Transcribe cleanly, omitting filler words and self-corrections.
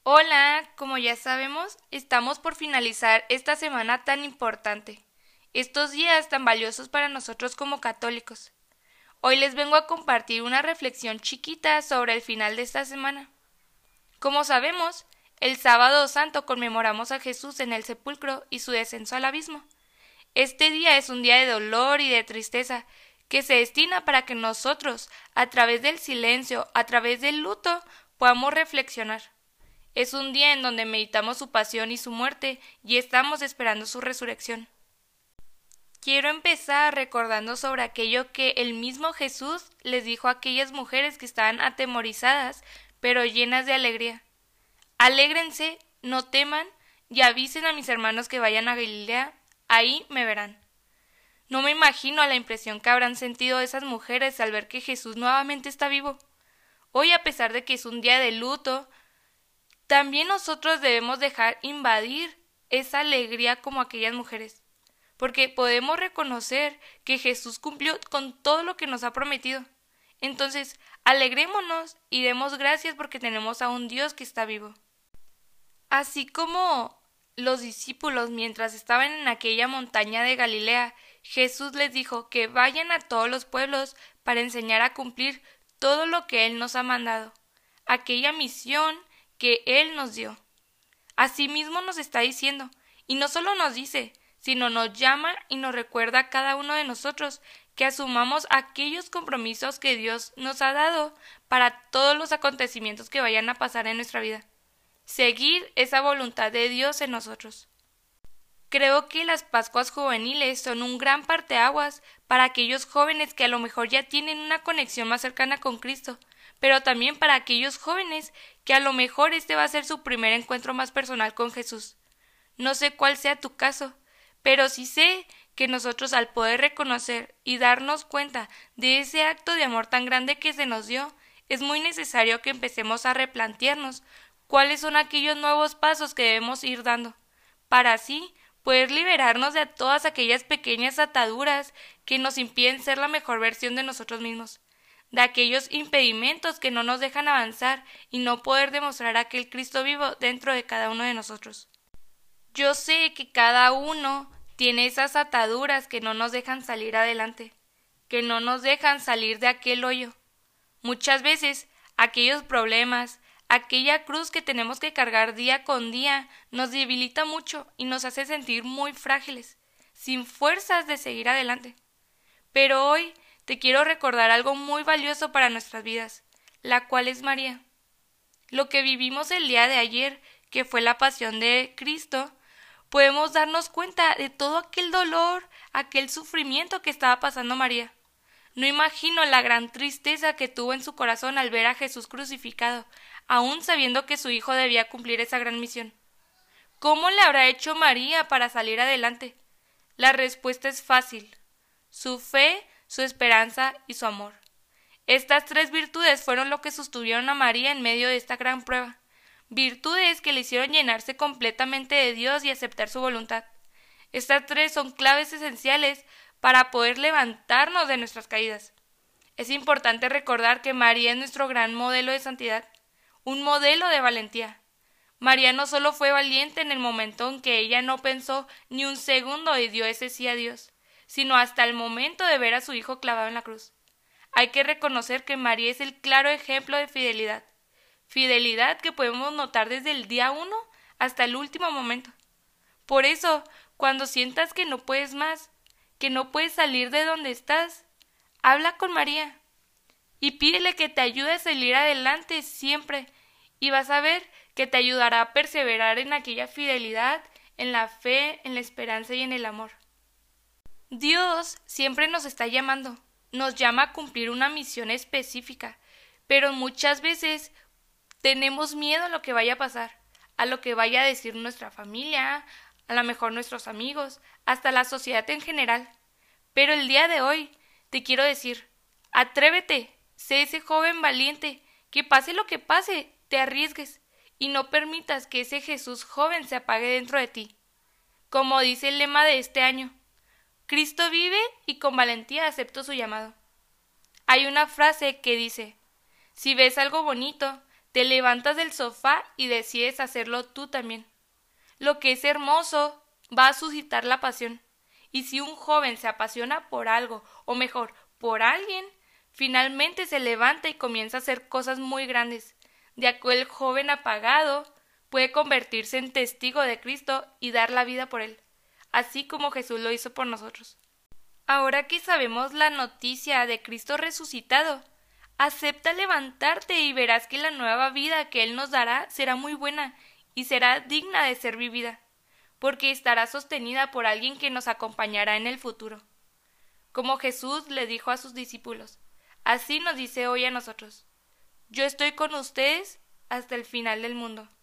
Hola, como ya sabemos, estamos por finalizar esta semana tan importante, estos días tan valiosos para nosotros como católicos. Hoy les vengo a compartir una reflexión chiquita sobre el final de esta semana. Como sabemos, el sábado santo conmemoramos a Jesús en el sepulcro y su descenso al abismo. Este día es un día de dolor y de tristeza que se destina para que nosotros, a través del silencio, a través del luto, podamos reflexionar. Es un día en donde meditamos su pasión y su muerte y estamos esperando su resurrección. Quiero empezar recordando sobre aquello que el mismo Jesús les dijo a aquellas mujeres que estaban atemorizadas, pero llenas de alegría. Alégrense, no teman, y avisen a mis hermanos que vayan a Galilea, ahí me verán. No me imagino la impresión que habrán sentido esas mujeres al ver que Jesús nuevamente está vivo. Hoy, a pesar de que es un día de luto, también nosotros debemos dejar invadir esa alegría como aquellas mujeres, porque podemos reconocer que Jesús cumplió con todo lo que nos ha prometido. Entonces, alegrémonos y demos gracias porque tenemos a un Dios que está vivo. Así como los discípulos mientras estaban en aquella montaña de Galilea, Jesús les dijo que vayan a todos los pueblos para enseñar a cumplir todo lo que Él nos ha mandado, aquella misión que Él nos dio. Asimismo nos está diciendo, y no solo nos dice, sino nos llama y nos recuerda a cada uno de nosotros que asumamos aquellos compromisos que Dios nos ha dado para todos los acontecimientos que vayan a pasar en nuestra vida. Seguir esa voluntad de Dios en nosotros. Creo que las Pascuas juveniles son un gran parteaguas para aquellos jóvenes que a lo mejor ya tienen una conexión más cercana con Cristo, pero también para aquellos jóvenes que a lo mejor este va a ser su primer encuentro más personal con Jesús. No sé cuál sea tu caso, pero sí sé que nosotros al poder reconocer y darnos cuenta de ese acto de amor tan grande que se nos dio, es muy necesario que empecemos a replantearnos cuáles son aquellos nuevos pasos que debemos ir dando, para así poder liberarnos de todas aquellas pequeñas ataduras que nos impiden ser la mejor versión de nosotros mismos, de aquellos impedimentos que no nos dejan avanzar y no poder demostrar aquel Cristo vivo dentro de cada uno de nosotros. Yo sé que cada uno tiene esas ataduras que no nos dejan salir adelante, que no nos dejan salir de aquel hoyo. Muchas veces aquellos problemas, aquella cruz que tenemos que cargar día con día nos debilita mucho y nos hace sentir muy frágiles, sin fuerzas de seguir adelante. Pero hoy te quiero recordar algo muy valioso para nuestras vidas, la cual es María. Lo que vivimos el día de ayer, que fue la pasión de Cristo, podemos darnos cuenta de todo aquel dolor, aquel sufrimiento que estaba pasando María. No imagino la gran tristeza que tuvo en su corazón al ver a Jesús crucificado, aun sabiendo que su hijo debía cumplir esa gran misión. ¿Cómo le habrá hecho María para salir adelante? La respuesta es fácil: su fe, su esperanza y su amor. Estas tres virtudes fueron lo que sostuvieron a María en medio de esta gran prueba, virtudes que le hicieron llenarse completamente de Dios y aceptar su voluntad. Estas tres son claves esenciales para poder levantarnos de nuestras caídas. Es importante recordar que María es nuestro gran modelo de santidad, un modelo de valentía. María no solo fue valiente en el momento en que ella no pensó ni un segundo y dio ese sí a Dios, sino hasta el momento de ver a su hijo clavado en la cruz. Hay que reconocer que María es el claro ejemplo de fidelidad, fidelidad que podemos notar desde el día 1 hasta el último momento. Por eso, cuando sientas que no puedes más, que no puedes salir de donde estás, habla con María y pídele que te ayude a salir adelante siempre, y vas a ver que te ayudará a perseverar en aquella fidelidad, en la fe, en la esperanza y en el amor. Dios siempre nos está llamando, nos llama a cumplir una misión específica, pero muchas veces tenemos miedo a lo que vaya a pasar, a lo que vaya a decir nuestra familia, a lo mejor nuestros amigos, hasta la sociedad en general. Pero el día de hoy te quiero decir, atrévete, sé ese joven valiente, que pase lo que pase, te arriesgues y no permitas que ese Jesús joven se apague dentro de ti. Como dice el lema de este año, Cristo vive y con valentía acepto su llamado. Hay una frase que dice, si ves algo bonito, Te levantas del sofá y decides hacerlo tú también. Lo que es hermoso va a suscitar la pasión. Y si un joven se apasiona por algo, o mejor, por alguien, finalmente se levanta y comienza a hacer cosas muy grandes. De aquel joven apagado puede convertirse en testigo de Cristo y dar la vida por él, así como Jesús lo hizo por nosotros. Ahora que sabemos la noticia de Cristo resucitado, acepta levantarte y verás que la nueva vida que Él nos dará será muy buena y será digna de ser vivida, porque estará sostenida por alguien que nos acompañará en el futuro. Como Jesús le dijo a sus discípulos, así nos dice hoy a nosotros: yo estoy con ustedes hasta el final del mundo.